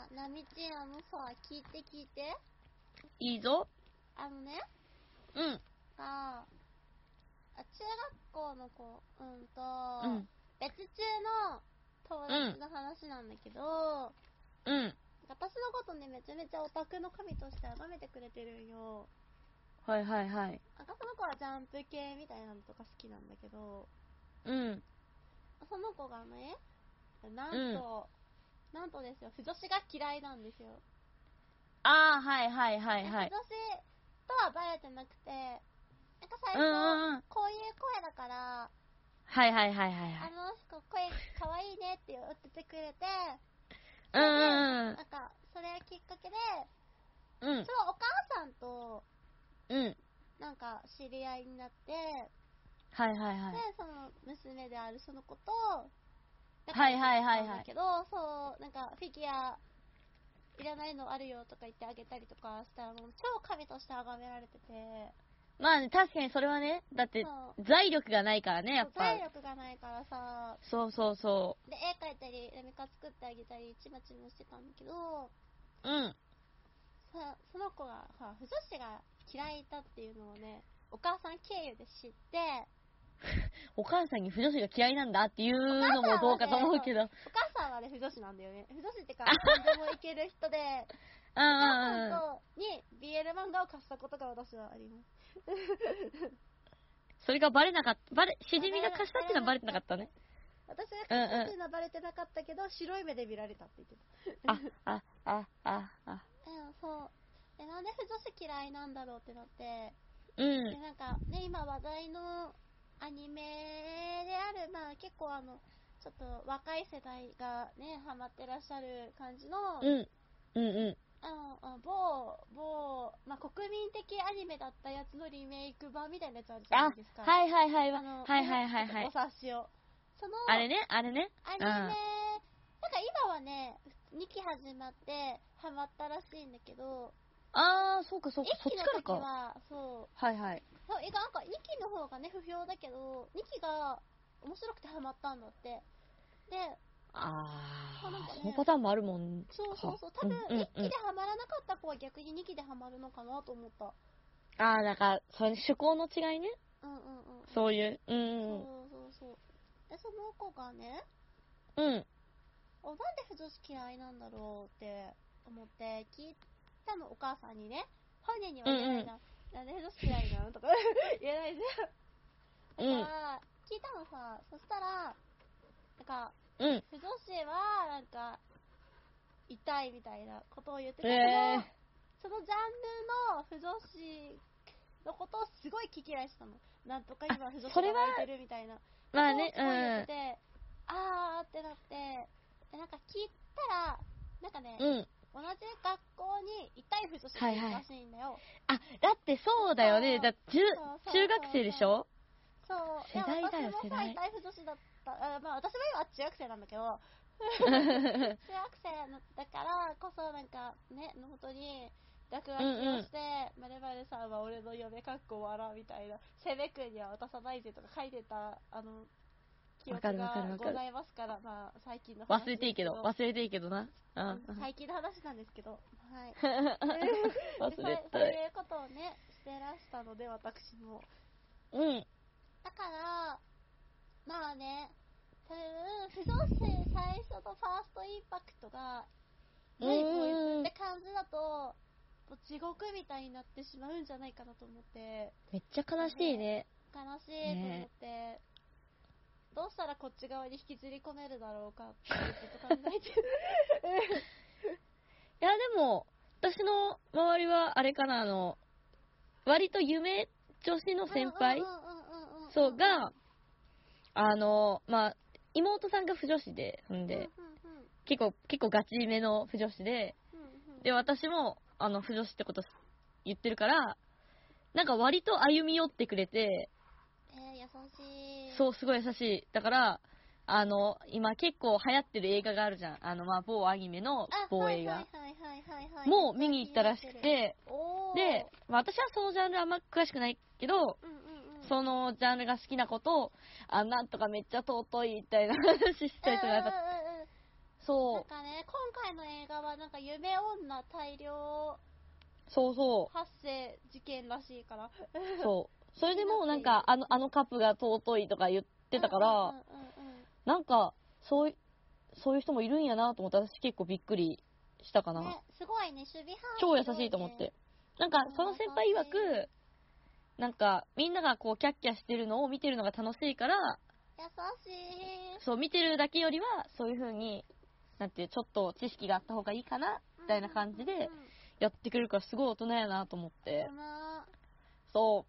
なみちん、さ、聞いて。 いいぞ。 うん。中学校の子、別中の友達の話なんだけど、私のことね、めちゃめちゃオタクの神として崇めてくれてるんよ。 はいはいはい。 その子はジャンプ系みたいなのとか好きなんだけど、その子がね、なんとですよ、不女子が嫌いなんですよ。 はいはいはいはい。 不女子とはバレてなくて、最初、こういう声だから、 はいはいはいはい。 声かわいいねって言っててくれて、それがきっかけで、そのお母さんと、知り合いになって、 はいはいはい。 で、その娘であるその子と、 はいはいはいはい。 だけど、そう、フィギュア、いらないのあるよとか言ってあげたりとかしたら、もう超神として崇められてて。 まあね、確かにそれはね、だって、財力がないからね、やっぱ。 財力がないからさ。 そうそうそう。 で、絵描いたり、レミカ作ってあげたり、ちまちましてたんだけど、その子が、不女子が嫌いだっていうのをね、お母さん経由で知って、 お母さんに不女子が嫌いなんだっていうのもどうかと思うけど。 お母さんはね、不女子なんだよね。不女子ってか、何でもいける人で、お母さんに BL 漫画を貸したことが私はあります。 それがバレなかった、しじみが貸したっていうのはバレてなかったね。 私が貸したっていうのはバレてなかったけど、白い目で見られたって言ってた。そう。なんで不女子嫌いなんだろうってなって、で、今話題のアニメである、結構ちょっと若い世代がね、ハマってらっしゃる感じの、国民的アニメだったやつのリメイク版みたいなやつあるじゃないですか。 はいはいはい。はいはいはいはい。 お察しを。 あれね。 アニメ、今はね、2期始まってハマったらしいんだけど、 そうかそうか、 そっちからか。そう。 はいはい。 2期の方がね、不評だけど、2期が面白くてハマったんだって。で、 そのパターンもあるもん。 そう。多分、1期でハマらなかった子は逆に2期でハマるのかなと思った。 それ趣向の違いね。そういう。 そう。で、その子がね、なんで不女子嫌いなんだろうって思って聞いたの、お母さんにね。本人には言えないな。なんで不女子嫌いなのとか言えないじゃん。だから、聞いたのさ、そしたら、不女子は、痛いみたいなことを言ってて、そのジャンルの不女子のことをすごい聞きらしてたの。なんとか今不女子が湧いてるみたいな。 まあね、 すごい言ってて、あーってなって、で、聞いたら、同じ学校に痛い不女子がいるらしいんだよ。 だってそうだよね。中学生でしょ？ そう。 世代だよ、世代。 私もさ、痛い不女子だった。私も今は中学生なんだけど、中学生だからこそ本当に落書きをして、〇〇さんは俺の嫁かっこ笑うみたいな、セベ君には渡さないぜとか書いてた、記憶がございますから、最近の話忘れていいけどな。 最近の話なんですけど、はい。 忘れたい。 そういうことをね、してらしたので、私も。だから、多分、不女子最初のファーストインパクトが、何こいつって感じだと、地獄みたいになってしまうんじゃないかなと思って。 めっちゃ悲しいね。 悲しいと思って、どうしたらこっち側に引きずり込めるだろうかってずっと考えてる。 いや、でも、私の周りは、あれかな、割と女子の先輩そうが、妹さんが不女子で、結構ガチめの不女子で、で、私も、不女子ってこと言ってるから、割と歩み寄ってくれて、 優しい。 そう、すごい優しい。だから、今結構流行ってる映画があるじゃん。某アニメの某映画。もう見に行ったらしくて、で、私はそのジャンルあんま詳しくないけど、そのジャンルが好きなことを、なんとかめっちゃ尊いみたいな話したりとか、 そう。 なんかね、今回の映画はなんか夢女大量そうそう。 発生事件らしいから。 そう。それでもなんかあのカップが尊いとか言ってたから、なんかそういう人もいるんやなと思って私結構びっくりしたかな。 ね、すごいね、守備範囲超優しいと思って。なんかその先輩曰く、なんかみんながこうキャッキャしてるのを見てるのが楽しいから、 優しい。 そう見てるだけよりはそういう風になんてちょっと知識があった方がいいかなみたいな感じでやってくれるからすごい大人やなと思って。そう。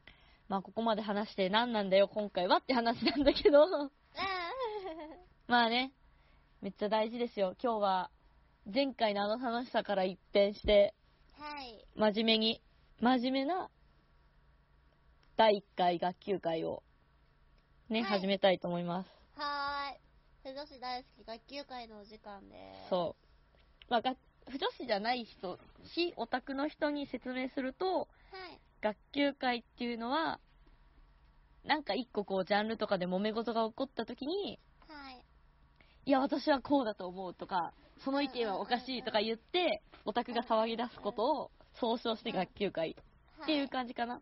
まあここまで話して何なんだよ今回はって話なんだけどまあね、めっちゃ大事ですよ。今日は前回のあの楽しさから一変して、 はい、 真面目な第1回学級会をね、はい、始めたいと思います。 はーい。女子大好き学級会のお時間です。 そう。まあ、女子じゃない人、非オタクの人に説明すると、はい、学級会っていうのは、なんか一個こうジャンルとかで揉め事が起こった時に、はい、いや私はこうだと思うとか、その意見はおかしいとか言って、オタクが騒ぎ出すことを総称して学級会っていう感じかな。はい。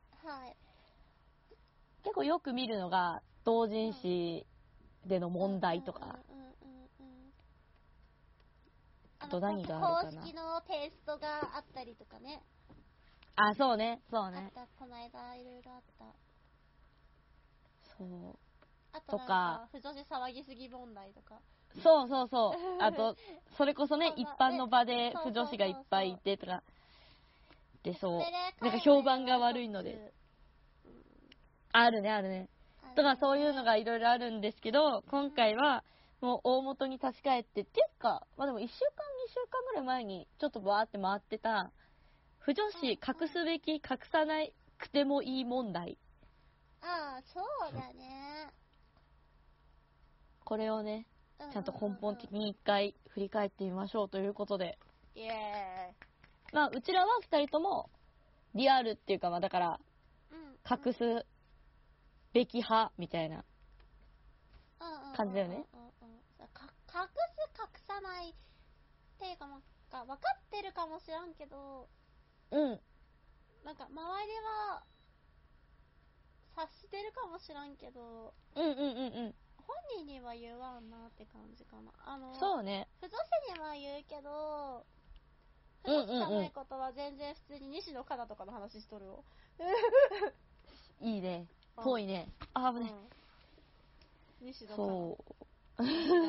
結構よく見るのが同人誌での問題とか、あと何があるかな。 公式のテイストがあったりとかね。 あ、そうね、そうね。 あった、この間いろいろあった。 そう。 あとなんか、不女子騒ぎすぎ問題とか。 そうそうそう。あと、それこそね、一般の場で不女子がいっぱいいてとか。で、そう。なんか評判が悪いので。あるね、あるね。とかそういうのがいろいろあるんですけど、今回はもう大元に立ち返って、っていうか、まあでも1週間、2週間ぐらい前にちょっとバーって回ってた、不女子隠すべき、隠さなくてもいい問題。 ああ、そうだね。 これをね、ちゃんと根本的に一回振り返ってみましょうということで。 イエーイ。 まあ、うちらは二人とも、リアルっていうか、まあだから、隠すべき派みたいな感じだよね。 隠さないっていうか、なんか分かってるかもしらんけど、なんか周りは察してるかもしらんけど、本人には言わんなって感じかな。 そうね。 不女子には言うけど、不女子じゃないことは全然普通に西野カナとかの話しとるよ。 いいね。ぽいね。あ、危ね。 西野カナ。 そう。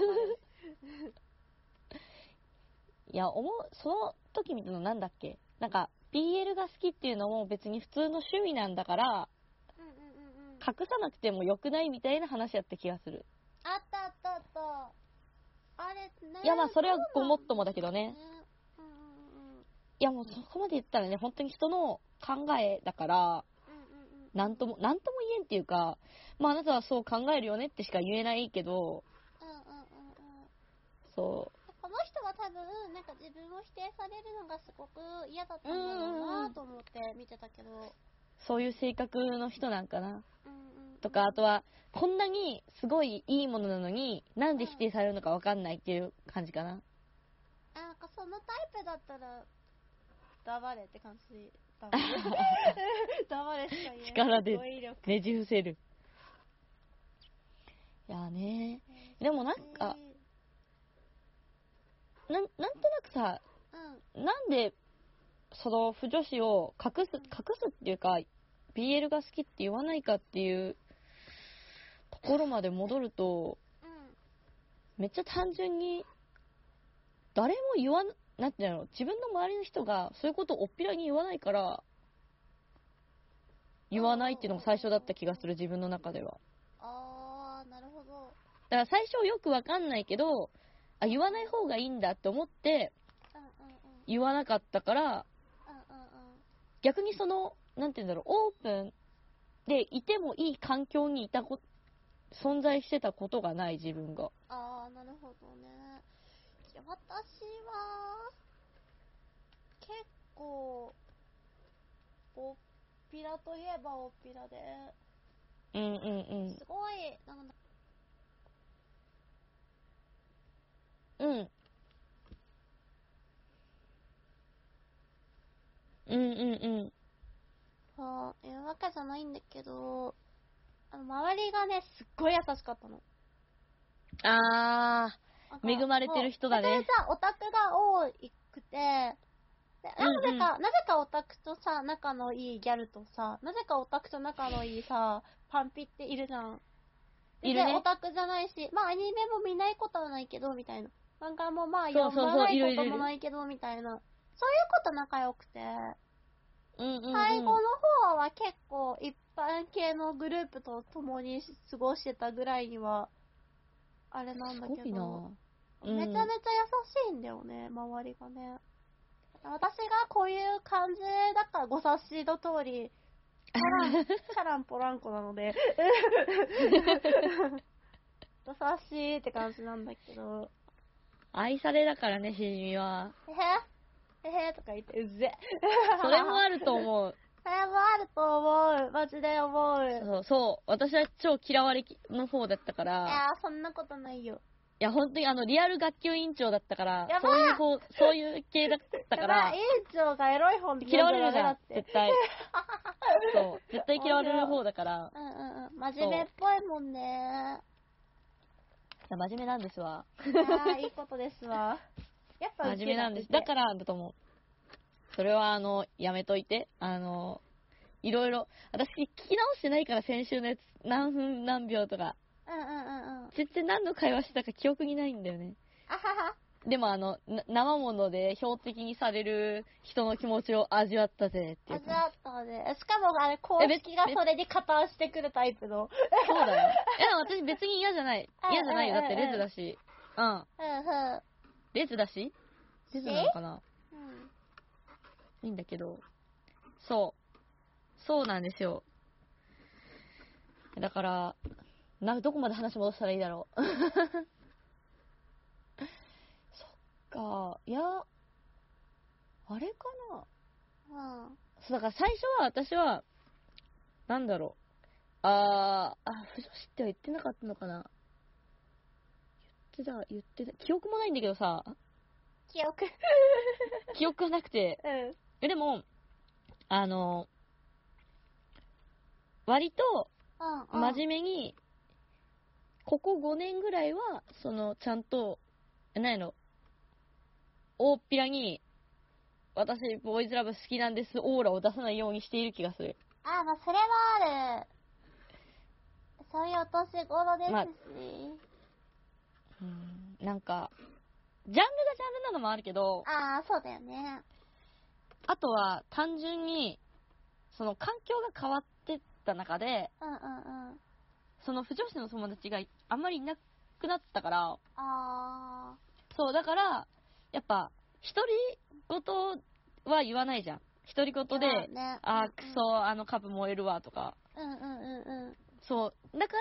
いや、その時見たのなんだっけ？なんか、BL が好きっていうのも別に普通の趣味なんだから、隠さなくてもよくないみたいな話やった気がする。 あったあったあった。あれね。 いや、まあそれはごもっともだけどね。いや、もうそこまで言ったらね、本当に人の考えだから、なんとも言えんっていうか、まああなたはそう考えるよねってしか言えないけど、そう。 この人は多分、なんか自分を否定されるのがすごく嫌だったんだろうなと思って見てたけど。 そういう性格の人なんかな。とか、あとは、こんなにすごいいいものなのに、なんで否定されるのかわかんないっていう感じかな。 なんかそのタイプだったら、黙れって感じ。黙れしか言えない。 力でねじ伏せる。いやね。でもなんか、なんとなくさ、なんで、その不女子を隠すっていうか、BL が好きって言わないかっていうところまで戻ると、めっちゃ単純に、誰もなんていうの、自分の周りの人がそういうことをおっぴらに言わないから、言わないっていうのが最初だった気がする、自分の中では。 あー、なるほど。 だから最初よくわかんないけど、あ、言わない方がいいんだって思って、言わなかったから、逆にその、なんていうんだろう、オープンでいてもいい環境に存在してたことがない自分が。 あー、なるほどね。私は、結構、おっぴらといえばおっぴらで、すごい、 うんうんうん。 そういうわけじゃないんだけど、周りがね、すっごい優しかったの。 恵まれてる人だね。 めちゃめちゃオタクが多くて、でなぜかオタクとさ、仲のいいギャルとさ、なぜかオタクと仲のいいさ、パンピっているじゃん。いるね。オタクじゃないし、まあアニメも見ないことはないけど、みたいな。漫画もまあ読まないこともないけど、みたいな。そういうこと仲良くて。最後の方は結構一般系のグループと共に過ごしてたぐらいには、あれなんだけど、めちゃめちゃ優しいんだよね、周りがね。私がこういう感じだからご察しの通り、チャランポランコなので、優しいって感じなんだけど。 愛されだからね、しじみは。 へへとか言って、うぜ。 それもあると思う。 それもあると思う。マジで思う。 そう。私は超嫌われの方だったから。 いやそんなことないよ。 いや、本当にリアル学級委員長だったから、そういう系だったから。 委員長がエロい本で嫌われるじゃん、絶対。そう、絶対嫌われる方だから。 真面目っぽいもんね。 真面目なんですわ。 いいことですわ。やっぱ真面目なんです。だからだと思う。それはやめといて。いろいろ、私聞き直してないから先週のやつ、何分何秒とか。全然何の会話したか記憶にないんだよね。でも生物で標的にされる人の気持ちを味わったぜっていう。 味わったね。しかも公式がそれに加担してくるタイプの。 そうだよ。でも私別に嫌じゃない。嫌じゃないよ。だってレズだし。レズだしレズなのかな。いいんだけど。そうなんですよ。だから、どこまで話戻したらいいだろう。そっか、いや、あれかな。そう、だから最初は私は、なんだろう。不女子っては言ってなかったのかな。言ってた。記憶もないんだけどさ。記憶がなくて。でも、割と、真面目に、ここ5年ぐらいは、ちゃんと、大っぴらに、私、ボーイズラブ好きなんです、オーラを出さないようにしている気がする。 まあ、それはある。そういうお年頃ですし。 なんか、ジャンルがジャンルなのもあるけど、 そうだよね。 あとは、単純に、環境が変わってった中で、その不女子の友達があんまりいなくなったから、そう、だから、やっぱ、独り言は言わないじゃん。独り言で、クソ、株燃えるわとか。そう、だから、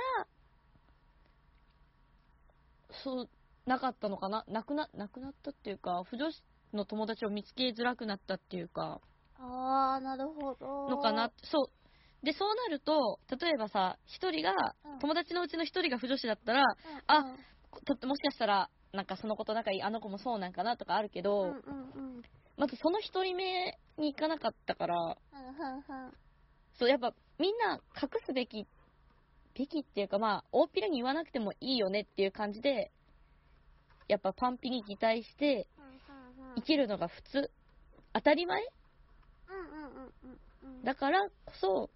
そう、なかったのかな。なくなったっていうか、不女子の友達を見つけづらくなったっていうか。 なるほど。 のかな。そう。で、そうなると、例えばさ、友達のうちの一人が不女子だったら、もしかしたら、なんかその子と仲いいあの子もそうなんかなとかあるけど、まずその一人目に行かなかったから、そう、やっぱみんな隠すべきっていうか、まあ、大っぴらに言わなくてもいいよねっていう感じで、やっぱパンピに擬態して、生きるのが普通、当たり前だからこそ、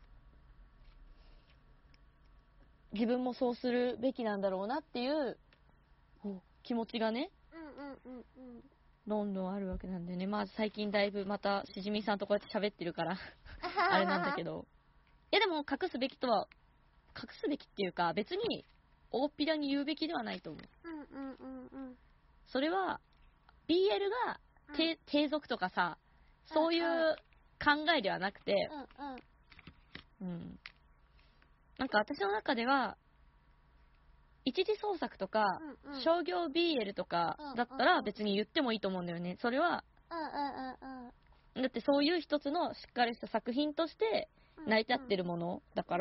自分もそうするべきなんだろうなっていう気持ちがね、どんどんあるわけなんでね。まあ最近だいぶまたしじみさんとこうやって喋ってるからあれなんだけど。いやでも隠すべきっていうか、別に大っぴらに言うべきではないと思う。それは BL が低俗とかさ、そういう考えではなくて、なんか私の中では、一次創作とか、商業 BL とかだったら別に言ってもいいと思うんだよね。それは、だってそういう一つのしっかりした作品として成り立ってるものだから、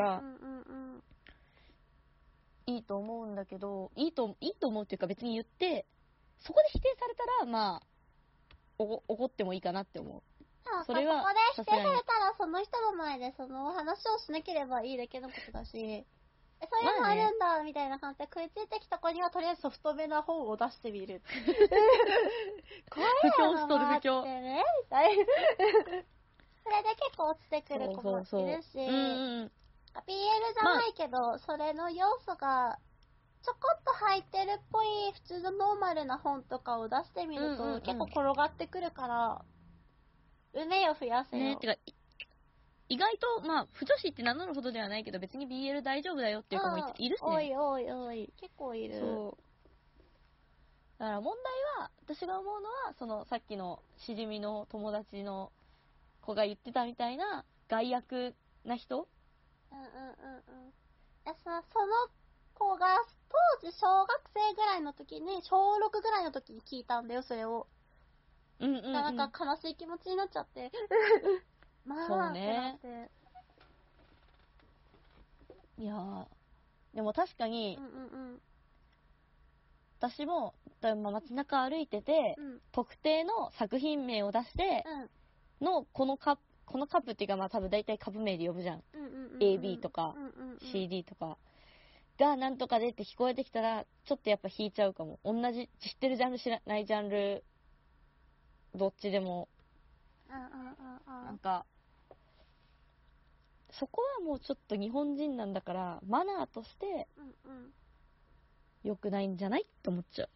いいと思うんだけど、いいと思うっていうか別に言って、そこで否定されたら、まあ、怒ってもいいかなって思う。 それはここで否定されたらその人の前でその話をしなければいいだけのことだし、そういうのあるんだみたいな感じで食いついてきた子にはとりあえずソフトめな本を出してみる。怖いよなってね、みたいな。それで結構落ちてくる子もいるし、BL じゃないけど、それの要素がちょこっと入ってるっぽい普通のノーマルな本とかを出してみると、結構転がってくるから、夢を増やせよ。 ね、てか意外と、まあ、不女子って名乗るほどではないけど、別に BL 大丈夫だよっていう子もいるしね。 多い。結構いる。 そう。だから問題は、私が思うのは、その、さっきのしじみの友達の子が言ってたみたいな、害悪な人。 その子が、当時小学生ぐらいの時に、小6ぐらいの時に聞いたんだよ、それを。なんか悲しい気持ちになっちゃって。まあ、 そうね。いやー、でも確かに、私も、街中歩いてて、特定の作品名を出して、の、このカップっていうか、まあ多分大体カップ名で呼ぶじゃん。AB とか、CD とか、がなんとかでって聞こえてきたら、ちょっとやっぱ引いちゃうかも。同じ、知ってるジャンル知らないジャンル、どっちでも。なんか、そこはもうちょっと日本人なんだから、マナーとして、良くないんじゃないって思っちゃう。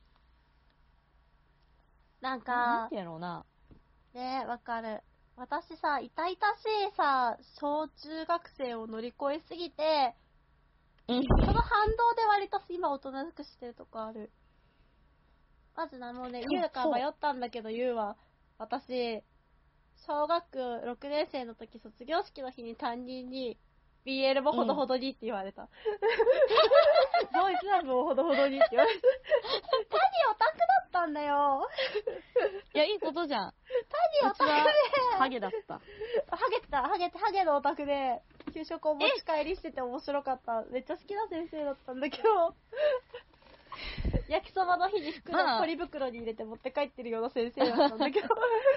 なんてやろうな。 ね、わかる。私さ、痛々しいさ、小中学生を乗り越えすぎて、その反動で割と今大人しくしてるとこある。まずもうね、ゆうか迷ったんだけど、ゆうは、私、小学6年生の時卒業式の日に担任に BL もほどほどにって言われた。ボーイズラブもほどほどにって言われた。タニオタクだったんだよ。 いや、いいことじゃん。 タニオタクで。 ハゲだった。 ハゲのオタクで、給食を持ち帰りしてて面白かった。めっちゃ好きな先生だったんだけど。焼きそばの日に服のポリ袋に入れて持って帰ってるような先生だったんだけど。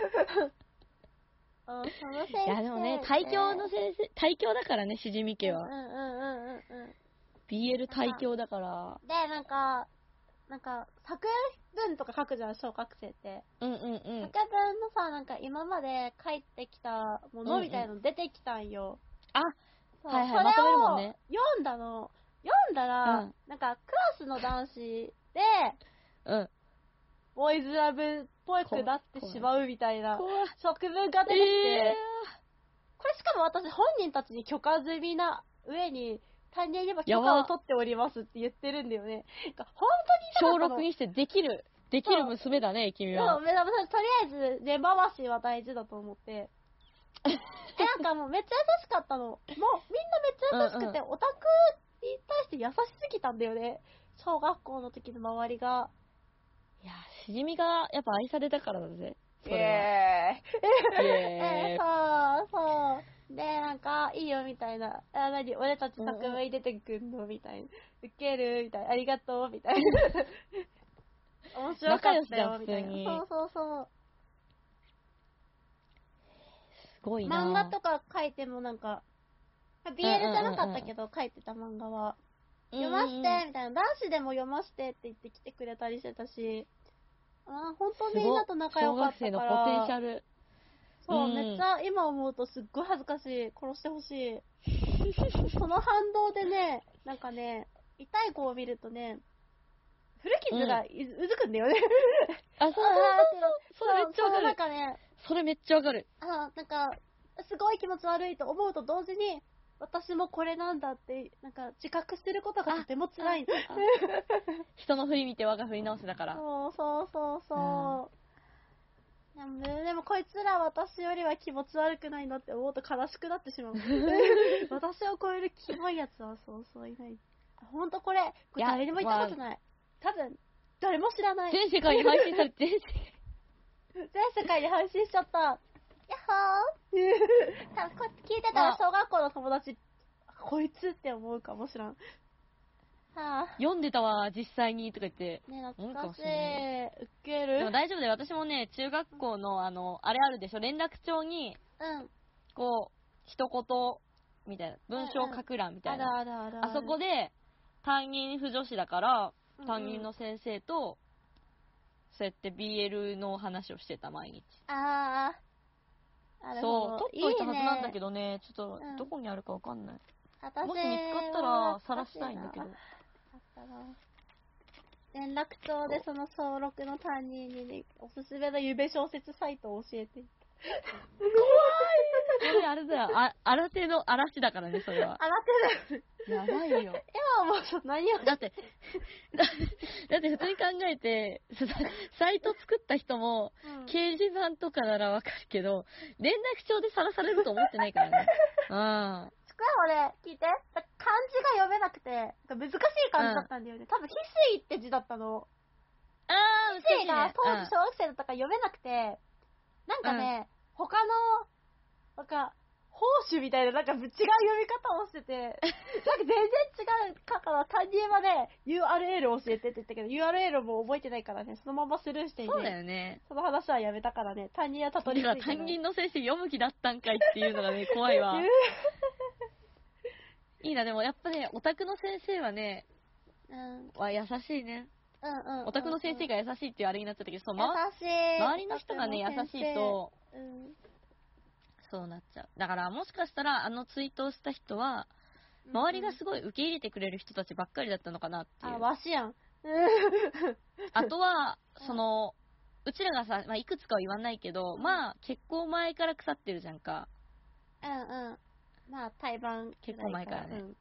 その先生。 いやでもね、対響の先生、対響だからね、しじみ家は。BL 対響だから。 で、なんか、作文とか書くじゃん、小学生って。作文のさ、なんか今まで書いてきたものみたいなの出てきたんよ。 はいはい、まとめるもんね。 読んだら、なんかクラスの男子で、ボーイズラブっぽくなってしまうみたいな作文が出てきて、これしかも私本人たちに許可済みな上に、担任にも許可を取っておりますって言ってるんだよね。本当に小6にしてできる娘だね、君は。 とりあえず根回しは大事だと思って。なんかもうめっちゃ優しかったの。もうみんなめっちゃ優しくて、オタクに対して優しすぎたんだよね。小学校の時の周りが。 いや、しじみがやっぱ愛されたからだぜ。 そう。で、なんか、いいよみたいな。俺たち作文に出てくんのみたいな。ウケるみたいな。ありがとうみたいな。面白かったよみたいな。そう。 すごいな。 漫画とか書いてもなんか、BL じゃなかったけど、書いてた漫画は。読ましてみたいな。男子でも読ましてって言ってきてくれたりしてたし。本当にみんなと仲良かったから。 小学生のポテンシャル。 そう、めっちゃ今思うとすっごい恥ずかしい。殺してほしい。その反動でね、なんかね、痛い子を見るとね、古傷がうずくんだよね。 そう。それめっちゃわかる。 なんかね、 それめっちゃわかる。 なんか、すごい気持ち悪いと思うと同時に、私もこれなんだって、なんか自覚することがとても辛い。 人の振り見て我が振り直せだから。 そう。でもこいつら私よりは気持ち悪くないなって思うと悲しくなってしまう。私を超えるキモいやつはそういない。ほんとこれ誰にも言ったことない。多分、誰も知らない。 全世界に配信されて、 全世界に配信しちゃった。やっほー多分こうやって聞いてたら小学校の友達、こいつって思うかもしらん。 読んでたわ、実際に、とか言って。 ね、懐かしい。ウケる。 でも大丈夫だよ。私もね、中学校のあれあるでしょ、連絡帳に、こう、一言、みたいな、文章書く欄みたいな。あそこで、担任婦女子だから、担任の先生と、そうやって BL の話をしてた、毎日。そう、取っといたはずなんだけどね、ちょっと、どこにあるかわかんない。もし見つかったら、晒したいんだけど。 連絡帳でその小6の担任にね、おすすめの夢小説サイトを教えて。 怖い。それあれだよ。新手の嵐だからね、それは。 新手だよ。やばいよ。 今もう何をだって普通に考えて、サイト作った人も、掲示板とかならわかるけど、連絡帳でさらされると思ってないからね。 俺、聞いて。漢字が読めなくて、難しい漢字だったんだよね。多分、翡翠って字だったの。翡翠が当時小学生だったから読めなくて、なんかね、他の、宝珠みたいな、違う読み方をしてて、全然違うから担任はね、URL 教えてって言ったけど、URL も覚えてないからね、そのままスルーしてそうだよね。 その話はやめたからね、担任はたどり着いてない。 担任の先生読む気だったんかいっていうのがね、怖いわ。いいな、でもやっぱね、オタクの先生はね、優しいね。オタクの先生が優しいっていうあれになっちゃったけど、そう、周りの人がね、優しいと、そうなっちゃう。だから、もしかしたら、ツイートをした人は、周りがすごい受け入れてくれる人たちばっかりだったのかなっていう。 わしやん。 あとは、うちらがさ、いくつかは言わないけど、結構前から腐ってるじゃんか。 対バン結構前からね。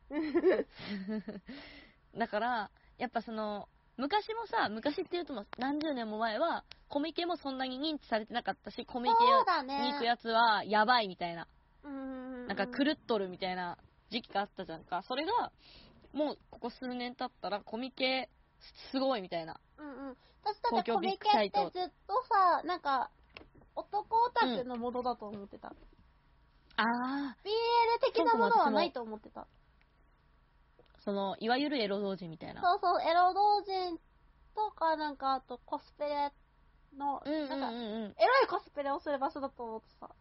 だから、やっぱ昔もさ、昔って言うとも何十年も前は、コミケもそんなに認知されてなかったし、コミケに行くやつはやばいみたいな。狂っとるみたいな時期があったじゃんか。それが、もうここ数年経ったらコミケすごいみたいな。 私だってコミケってずっとさ、男オタクのものだと思ってた。BL 的なものはないと思ってた。 いわゆるエロ同人みたいな。 そうそう、エロ同人とか、あとコスプレの、エロいコスプレをする場所だと思ってさ。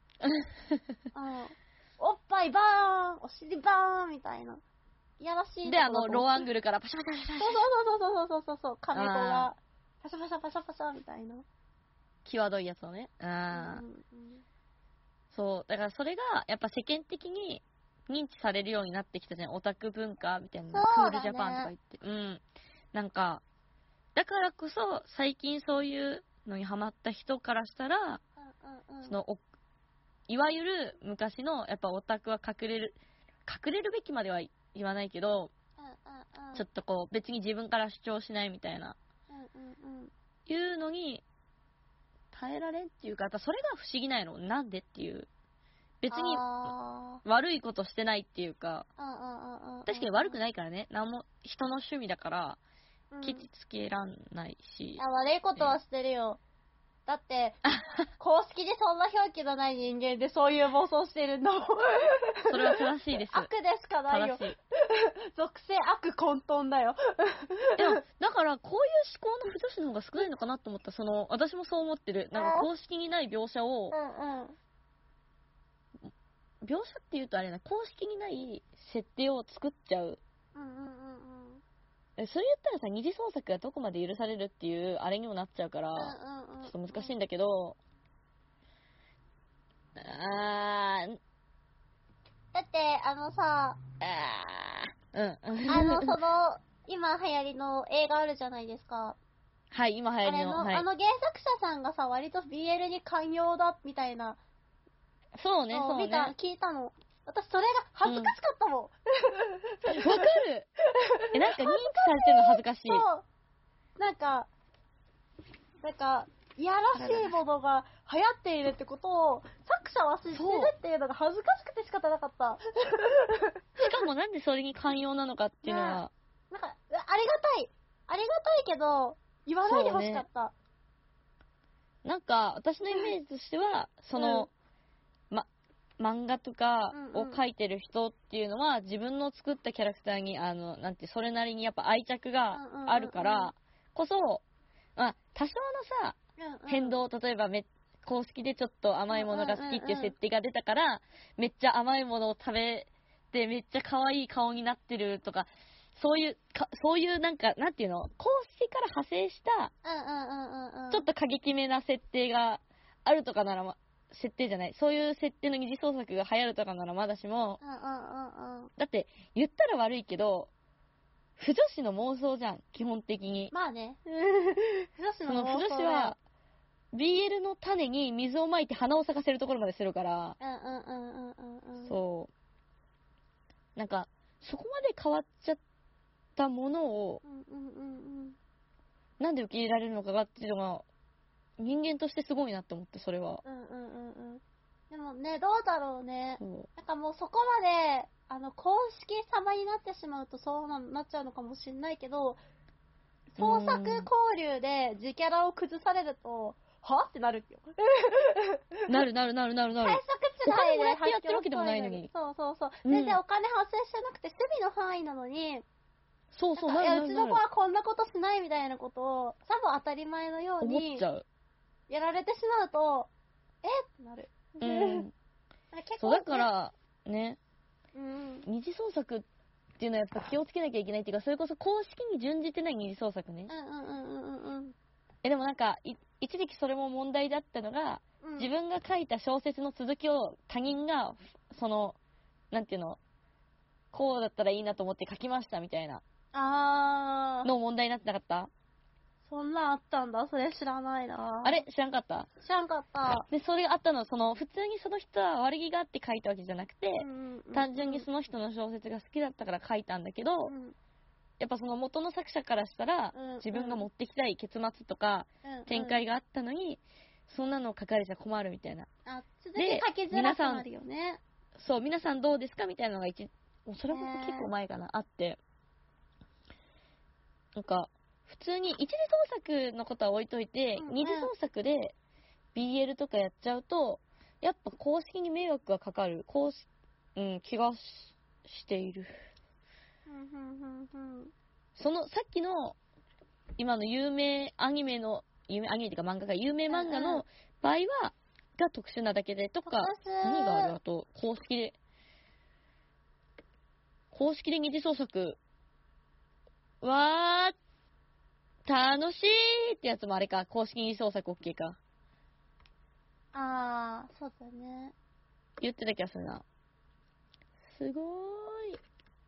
おっぱいバーン、お尻バーンみたいな。いやらしい。 で、ローアングルからパシャパシャパシャ。 そう、金子が、パシャパシャパシャパシャみたいな。 際どいやつをね。そう、だからそれが、やっぱ世間的に認知されるようになってきたじゃん。オタク文化みたいな。クールジャパンとか言って。だからこそ、最近そういうのにハマった人からしたら、いわゆる昔の、やっぱオタクは隠れるべきまでは言わないけど、ちょっと別に自分から主張しないみたいな、いうのに、耐えられんっていうか、それが不思議ないの。なんでっていう。別に悪いことしてないっていうか、確かに悪くないからね。なんも人の趣味だから、ケチつけらんないし。 悪いことはしてるよ。だって、公式でそんな表記のない人間でそういう妄想してるんだもん。 それは正しいです。 悪でしかないよ。属性悪混沌だよ。 いや、だからこういう思考の不女子の方が少ないのかなと思った。私もそう思ってる。公式にない描写を、描写って言うとあれな、公式にない設定を作っちゃう。それ言ったらさ、二次創作がどこまで許されるっていうあれにもなっちゃうから、ちょっと難しいんだけど、 だって今流行りの映画あるじゃないですか。 はい、今流行りの。 原作者さんがさ、割と BL に寛容だみたいな。 そうね。 聞いたの。私それが恥ずかしかったもん。わかる。認知されてるの恥ずかしい。 そう。いやらしいものが流行っているってことを作者は知ってるっていうのが恥ずかしくて仕方なかった。 しかもなんでそれに寛容なのかっていうのは。 ありがたいけど、言わないでほしかった。 私のイメージとしては、 漫画とかを描いてる人っていうのは、自分の作ったキャラクターに、なんて、それなりにやっぱ愛着があるからこそ、まあ、多少のさ、変動、例えば公式でちょっと甘いものが好きっていう設定が出たから、めっちゃ甘いものを食べて、めっちゃ可愛い顔になってるとか、そういうなんか、なんていうの、公式から派生した、ちょっと過激めな設定があるとかなら、設定じゃない、そういう設定の二次創作が流行るとかならまだしも、だって、言ったら悪いけど、腐女子の妄想じゃん、基本的に。 まあね。 腐女子の妄想。その腐女子は、BL の種に水をまいて花を咲かせるところまでするから、そう。なんか、そこまで変わっちゃったものを、なんで受け入れられるのかがっていうのが、人間としてすごいなって思って、それは。 でもね、どうだろうね。なんかもうそこまで、公式様になってしまうとそうなっちゃうのかもしれないけど、創作交流で自キャラを崩されると、はってなるよ。 なる。対策値でやってるわけでもないのに。 そう。全然お金発生してなくて、趣味の範囲なのに、 そう、 うちの子はこんなことしないみたいなことを、多分当たり前のように、 思っちゃう。 やられてしまうと、ってなる。 そう、だから、ね、二次創作っていうのはやっぱ気をつけなきゃいけないっていうか、それこそ公式に準じてない二次創作ね。でもなんか、一時期それも問題だったのが、自分が書いた小説の続きを他人が、なんていうの、こうだったらいいなと思って書きましたみたいな。の問題になってなかった？ そんなんあったんだ。それ知らないな。 あれ知らんかった？ 知らんかった。 で、それがあったの、普通にその人は悪気があって書いたわけじゃなくて、単純にその人の小説が好きだったから書いたんだけど、やっぱその元の作者からしたら、自分が持ってきたい結末とか、展開があったのに、そんなの書かれちゃ困るみたいな。 続き書きづらくなるよね。 そう、皆さんどうですかみたいなのがそれこそ結構前かな、あって。なんか、普通に一次創作のことは置いといて、二次創作で BL とかやっちゃうと、やっぱ公式に迷惑がかかる、気がしている。さっきの、今の有名アニメっていうか漫画が、有名漫画の場合は、が特殊なだけで、とか、何がある？あと、公式で二次創作、楽しいってやつもあれか、公式二次創作 OK か。 そうだね。 言ってた気がするな。すごーい。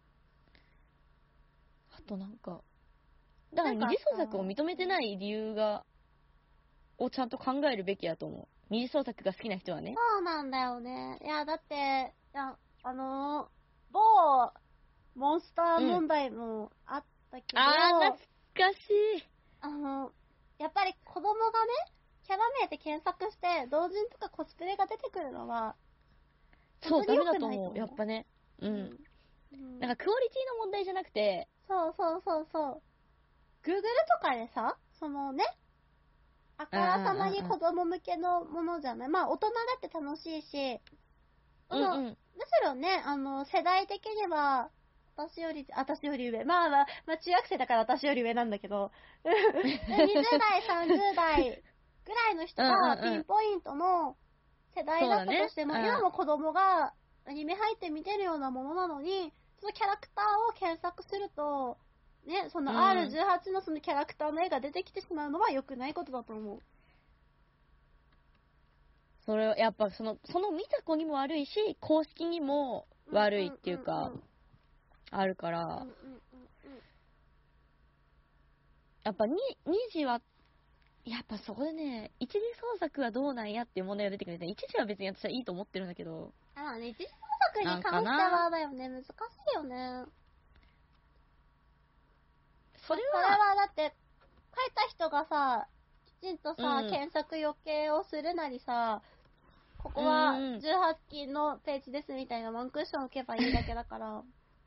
あとなんか、だから二次創作を認めてない理由をちゃんと考えるべきやと思う。二次創作が好きな人はね。 そうなんだよね。いや、だって、某モンスター問題もあったけど、 懐かしい。 やっぱり子供がね、キャラ名で検索して、同人とかコスプレが出てくるのは、 そう、ダメだと思う。やっぱね。なんかクオリティの問題じゃなくて、 そう。Google とかでさ、あからさまに子供向けのものじゃない。まあ、大人だって楽しいし、むしろね、世代的には、私より上。まあ、中学生だから私より上なんだけど、20代、30代ぐらいの人がピンポイントの世代だったとしても、今も子供がアニメ入って見てるようなものなのに、そのキャラクターを検索すると、ね、その R18 のそのキャラクターの絵が出てきてしまうのは良くないことだと思う。 それは、やっぱその見た子にも悪いし、公式にも悪いっていうか、あるから、やっぱ2次は、やっぱそこでね、一次創作はどうなんやっていう問題が出てくるね。一次は別に私はいいと思ってるんだけど。 一次創作に関してはだよね、難しいよね。それはだって、書いた人がさ、きちんとさ、検索余計をするなりさ、ここは18期のページですみたいなワンクッション置けばいいだけだから。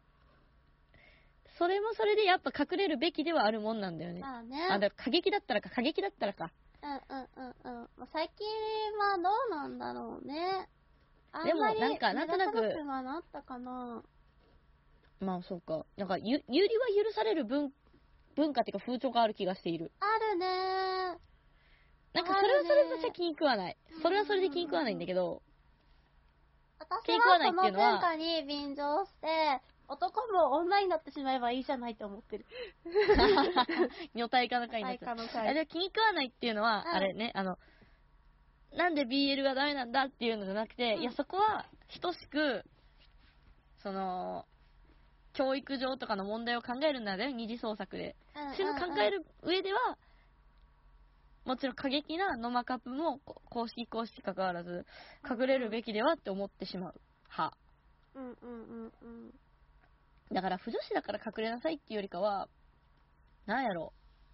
それもそれでやっぱ隠れるべきではあるもんなんだよね。 まあね。 だから過激だったらか。 最近はどうなんだろうね。 でも、なんとなく。 あったかな。 まあ、そうか。なんか、ゆりは許される文化っていうか風潮がある気がしている。 あるねー。 なんか、それはそれで気に食わない。それはそれで気に食わないんだけど、 私はその文化に便乗して、男も女になってしまえばいいじゃないと思ってる。 女体化の会になっちゃう。じゃあ気に食わないっていうのは、あれね、なんで BL がダメなんだっていうのじゃなくて、いや、そこは等しく、教育上とかの問題を考えるんだよ、二次創作で。そういうのを考える上では、もちろん過激なノマカップも公式関わらず隠れるべきではって思ってしまう派。だから不女子だから隠れなさいっていうよりかは、なんやろ。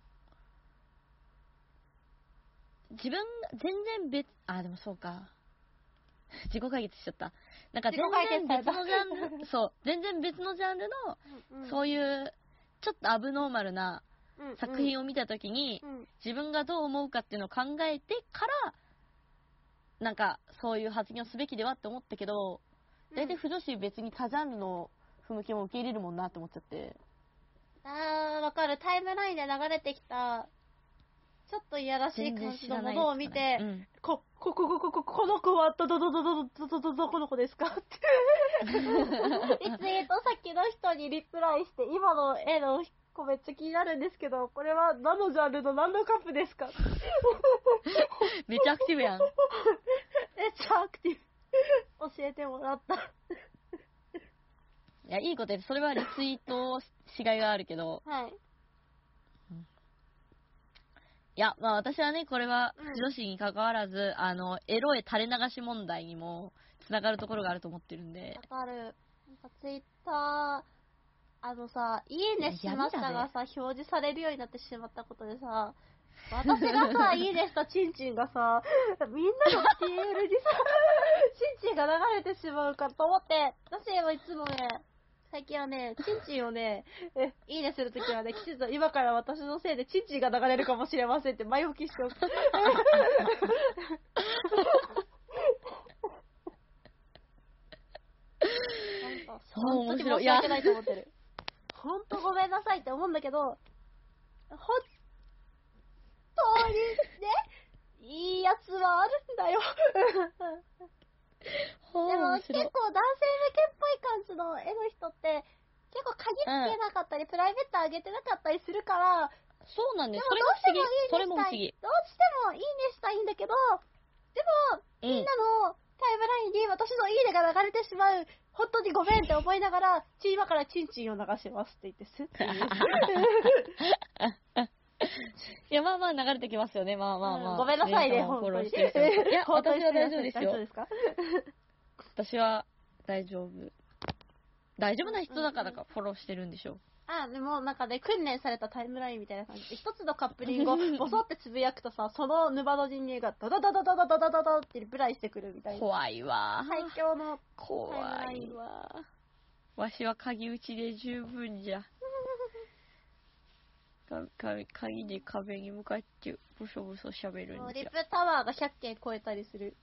自分が全然でもそうか。自己解決しちゃった。なんか全然別のジャンル、そう、全然別のジャンルの、そういう、ちょっとアブノーマルな作品を見たときに、自分がどう思うかっていうのを考えてから、なんか、そういう発言をすべきではって思ったけど、大体不女子別に他ジャンルの不向きも受け入れるもんなって思っちゃって。 わかる。タイムラインで流れてきた、ちょっといやらしい感じのものを見て、この子はどこの子ですかってリツイート先の人にリプライして、今の絵の子めっちゃ気になるんですけど、これは何のジャンルの何のカップですかめっちゃアクティブやん。 めっちゃアクティブ。教えてもらった。いや、いいことで、それはリツイートしがいがあるけど、 はい。 いや、まあ私はね、これは女子に関わらず、エロい垂れ流し問題にも繋がるところがあると思ってるんで。 わかる。なんかツイッター、いいねしましたがさ、表示されるようになってしまったことでさ、私がさ、いいねしたチンチンがさ、みんなの TL にさ、チンチンが流れてしまうかと思って、私はいつもね、最近はね、チンチンをね、いいねするときはね、きちんと今から私のせいでチンチンが流れるかもしれませんって前置きしておく。本当に申し訳ないと思ってる。本当ごめんなさいって思うんだけど、本当にね、いいやつはあるんだよ。でも結構男性向けっぽい感じの絵の人って結構鍵つけなかったり、プライベート上げてなかったりするから、 そうなんです。 それも不思議。どうしてもいいねしたいんだけど、でも、みんなのタイムラインに私のいいねが流れてしまう、本当にごめんって思いながら、今からチンチンを流しますって言って、スッて言う。 いや、まあまあ流れてきますよね。まあまあまあ。 ごめんなさいね、本当に。いや、私は大丈夫ですよ。 大丈夫ですか？ 私は大丈夫。大丈夫な人だからかフォローしてるんでしょう。 でもなんかね、訓練されたタイムラインみたいな感じで、一つのカップリングをボソってつぶやくとさ、その沼の陣営がダダダダダダダダダダってリプライしてくるみたいな。 怖いわ。 最強のタイム怖ライン。 いわ。わしは鍵打ちで十分じゃ。鍵で壁に向かってブソブソ喋るんじゃ。 リプタワーが100件超えたりする。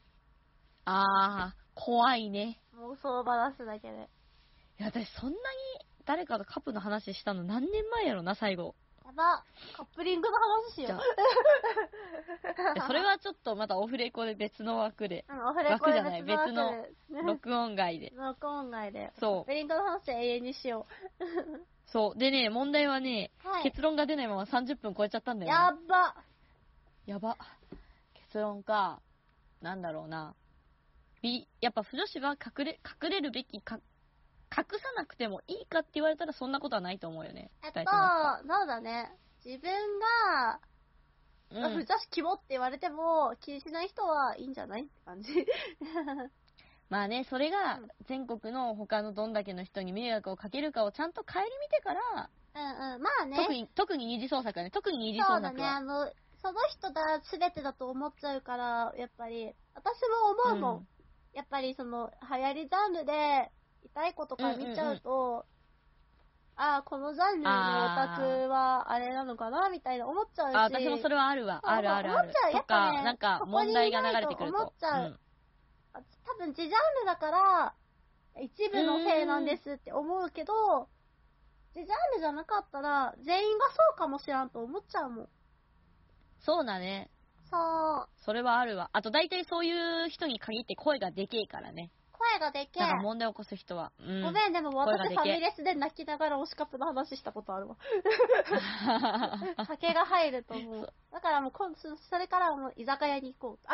怖いね。 妄想話だけで。 いや、私そんなに誰かとカップの話したの何年前やろな、最後。 やば。カップリングの話しよう。 それはちょっとまたオフレコで別の枠で。 オフレコで別の録音外で。 録音外で。 そう。 カップリングの話永遠にしよう。 そう。でね、問題はね、結論が出ないまま30分超えちゃったんだよね。やば。結論か、なんだろうな。やっぱ不女子は隠れるべき隠さなくてもいいかって言われたらそんなことはないと思うよね。 そうだね。自分が、不女子キモって言われても気にしない人はいいんじゃないって感じ。 まあね、それが全国の他のどんだけの人に迷惑をかけるかをちゃんと顧みてから、 まあね。 特に二次創作はね、特に二次創作は。 そうだね、その人が全てだと思っちゃうから、やっぱり、私も思うもん。やっぱり流行りジャンルで、痛い子とか見ちゃうと、このジャンルのオタクはあれなのかなみたいな思っちゃうし。 私もそれはあるわ。ある。 思っちゃう。やっぱね、 なんか問題が流れてくると。 思っちゃう。 多分自ジャンルだから、一部のせいなんですって思うけど、自ジャンルじゃなかったら、全員がそうかもしらんと思っちゃうもん。 そうだね。 そう。 それはあるわ。あと大体そういう人に限って声がでけえからね。 声がでけえ。 なんか問題起こす人は。 ごめん、でも私ファミレスで泣きながら推しカップの話したことあるわ。酒が入ると思う。だからもうそれからはもう居酒屋に行こう。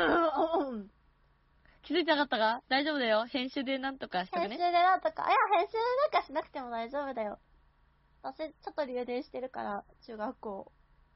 気づいてなかったか？大丈夫だよ。編集でなんとかしとくね。 編集でなんとか。いや、編集なんかしなくても大丈夫だよ。私、ちょっと留年してるから、中学校。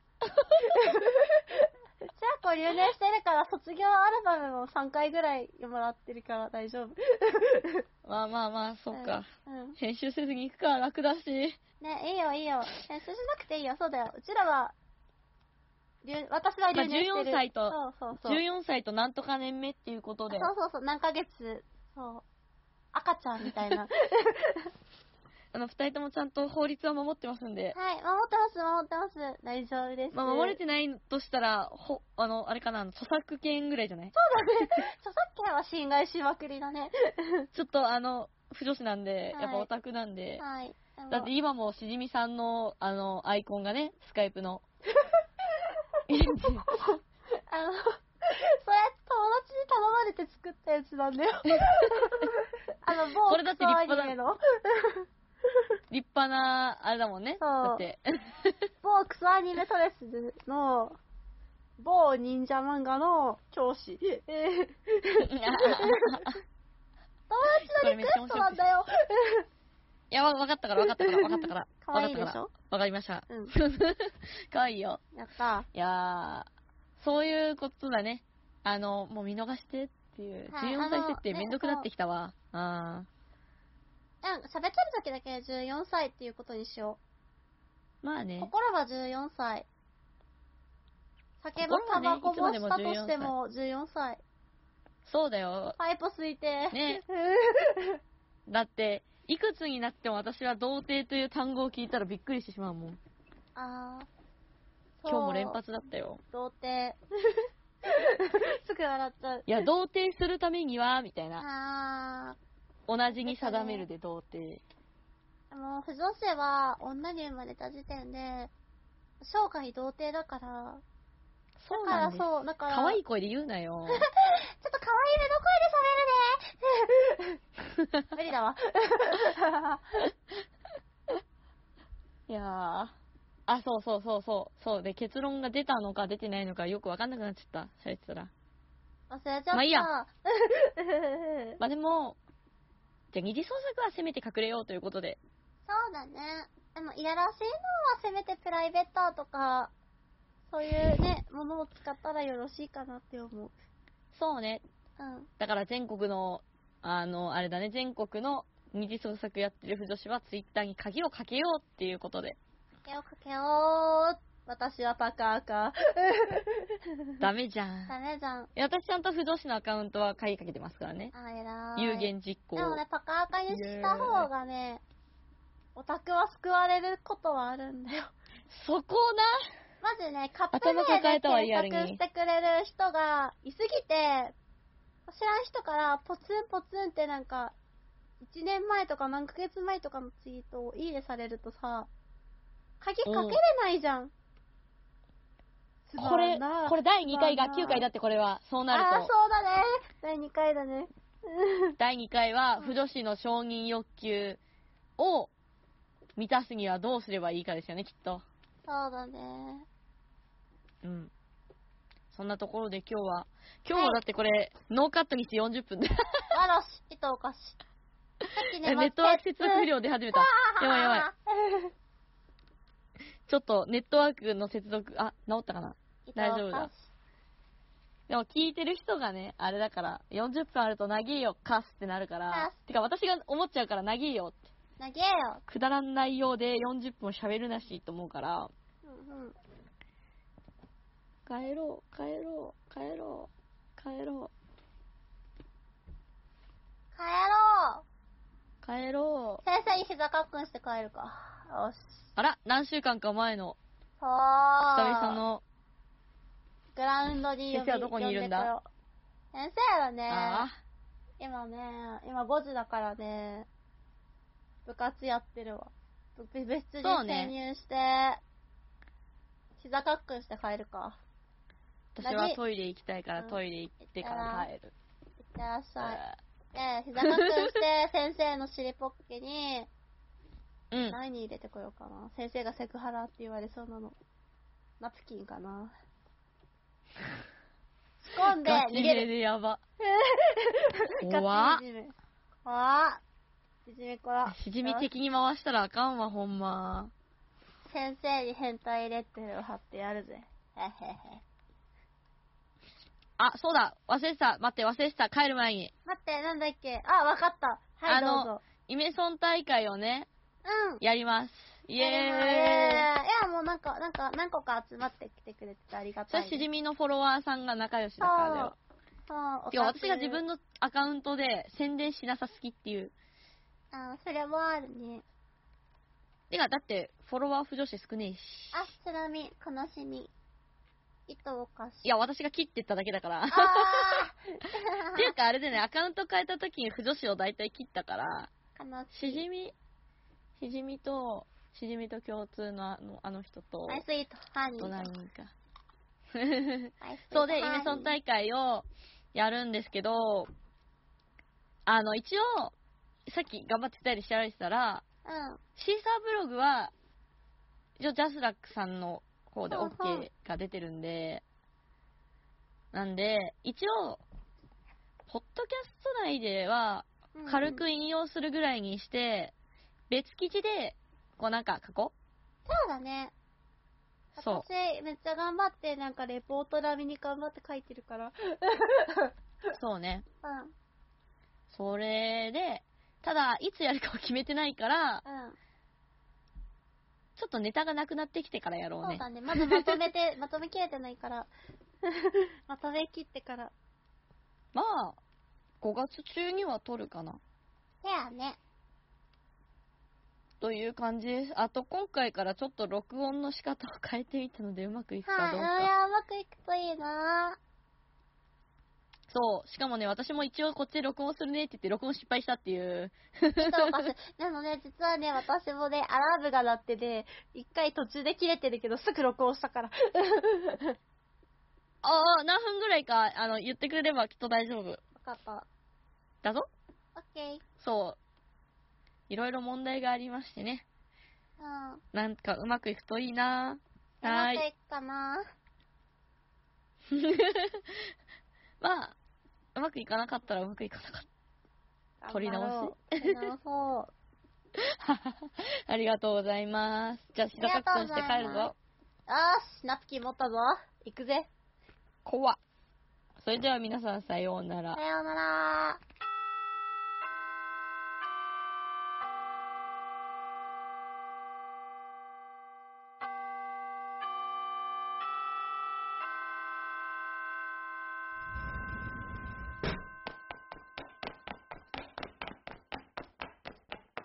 中学校留年してるから、卒業アルバムも3回ぐらいもらってるから大丈夫。 まあ、そっか。編集せずに行くから楽だし。 ね、いいよ。編集しなくていいよ。そうだよ。うちらは、私は留年してる。 14歳と、 そう 14歳となんとか年目っていうことで。 そう、何ヶ月、そう。赤ちゃんみたいな。 二人ともちゃんと法律は守ってますんで。 はい、守ってます。大丈夫です。 守れてないとしたら、あれかな、著作権ぐらいじゃない？ そうだね。著作権は侵害しまくりだね。 ちょっと不女子なんで、やっぱオタクなんで。 はい。 だって今もしじみさんの、アイコンがね、スカイプの。 それ、友達に頼まれて作ったやつなんだよ。 これだって立派な、立派な、あれだもんね。 そう。 だって。 某クソアニメトレスの、某忍者漫画の教師。友達のリクエストなんだよ。 いや、わかったから。 かわいいでしょ？ わかりました。かわいいよ。 やった。 いやー、そういうことだね。もう見逃してっていう。14歳設定めんどくなってきたわ。 喋ってる時だけ14歳っていうことにしよう。まあね。 心は14歳。酒もタバコもしたとしても14歳。 そうだよ。 パイプ吸いて。 ね。だって、いくつになっても私は童貞という単語を聞いたらびっくりしてしまうもん。 今日も連発だったよ。 童貞。すぐ笑っちゃう。 いや、童貞するためには、みたいな。同じに定めるで、童貞。 もう、不女子は女に生まれた時点で、生涯童貞だから、 そうなんです。 だから。 可愛い声で言うなよ。 ちょっと可愛い目の声で喋るね。無理だわ。 いやそうで、結論が出たのか出てないのかよくわかんなくなっちゃった。喋ってたら。 忘れちゃった。 まあいいや。まあでも、じゃあ二次創作はせめて隠れようということで。 そうだね。でも、いやらしいのはせめてプライベートとか、そういうね、ものを使ったらよろしいかなって思う。 そうね。だから全国の、あれだね、全国の二次創作やってる不女子はツイッターに鍵をかけようっていうことで。 鍵をかけよう。私はパカーか。 ダメじゃん。 いや、私ちゃんと不女子のアカウントは鍵かけてますからね。 偉い。 有言実行。 でもね、パカーかにした方がね、オタクは救われることはあるんだよ。 そこな。 まずね、カップ名で検索してくれる人がいすぎて、知らん人からポツンってなんか、1年前とか何ヶ月前とかのツイートをいいねされるとさ、鍵かけれないじゃん。 これ第2回、学級会だってこれは。そうなると。 そうだね。第2回だね。 第2回は、不女子の承認欲求を満たすにはどうすればいいかですよね、きっと。 そうだね。 そんなところで今日はだってこれ、ノーカットにして40分で。 よし、糸おかし。さっきね、 ネットワーク接続不良出始めた。やばい。ちょっとネットワークの接続、治ったかな？大丈夫だ。でも聞いてる人がね、あれだから、40分あると長えよ、カスってなるから、てか私が思っちゃうから長えよって。 長えよ。 くだらん内容で40分喋るなしと思うから、帰ろう。 先生に膝カックンして帰るか。よし。 あら、何週間か前の、 久 々の、 グラウンドに先生はどこにいるんだ？ 先生はね、今5時だからね、部活やってるわ。別室に潜入して、膝カックンして帰るか。 私はトイレ行きたいから、トイレ行ってから帰る。 いってらっしゃい。で、膝カックンして、先生の尻ポッケに、何入れてこようかな。先生がセクハラって言われそうなの。ナプキンかな。仕込んで逃げる。 でやば。 怖っ。怖っ。しじみこら。 しじみ的に回したらあかんわ、ほんま。 先生に変態レッテルを貼ってやるぜ。へへへ。 あ、そうだ。忘れてた。待って、忘れてた。帰る前に。 待って、なんだっけ。あ、わかった。はい、どうぞ。 イメソン大会をね、やります。イエーイ。いや、もうなんか、何個か集まってきてくれててありがたい、 それしじみのフォロワーさんが仲良しだからだよ。そう。てか、私が自分のアカウントで宣伝しなさすぎっていう。 それもあるね。 てか、だって、フォロワー不女子少ねえし。 ちなみ、悲しみ。糸おかしい。 いや、私が切ってっただけだから。っていうか、あれでね、アカウント変えた時に不女子を大体切ったから、しじみと共通のあの人と、 アイスイート、ハニー。 何人か。そうで、イメソン大会をやるんですけど、一応、さっき頑張ってたり調べてたら、シーサーブログは、一応ジャスラックさんの方で OK が出てるんで、なんで、一応、ポッドキャスト内では、軽く引用するぐらいにして、別記事で、こうなんか書こう。そうだね。私、めっちゃ頑張って、なんかレポート並みに頑張って書いてるから。 そうね。それで、ただ、いつやるかは決めてないから、ちょっとネタがなくなってきてからやろうね。 そうだね。まだまとめきれてないから。まとめきってから。 まあ、5月中には撮るかな。 せやね。 という感じです。あと、今回からちょっと録音の仕方を変えてみたので、うまくいくかどうか。 いや、うまくいくといいな。 そう。しかもね、私も一応こっちで録音するねって言って録音失敗したっていう。 なので、実はね、私もね、アラームが鳴ってね、一回途中で切れてるけど、すぐ録音したから。 何分ぐらいか、言ってくれればきっと大丈夫。 わかった。 だぞ？ オッケー。 そう。いろいろ問題がありましてね。なんかうまくいくといいな。 うまくいくかな。 まあ、うまくいかなかったらうまくいかなかった。取り直そう。 ありがとうございます。じゃあ、膝カックンして帰るぞ。 よし、ナプキン持ったぞ。行くぜ。 怖っ。それでは皆さん、さようなら。 さようなら。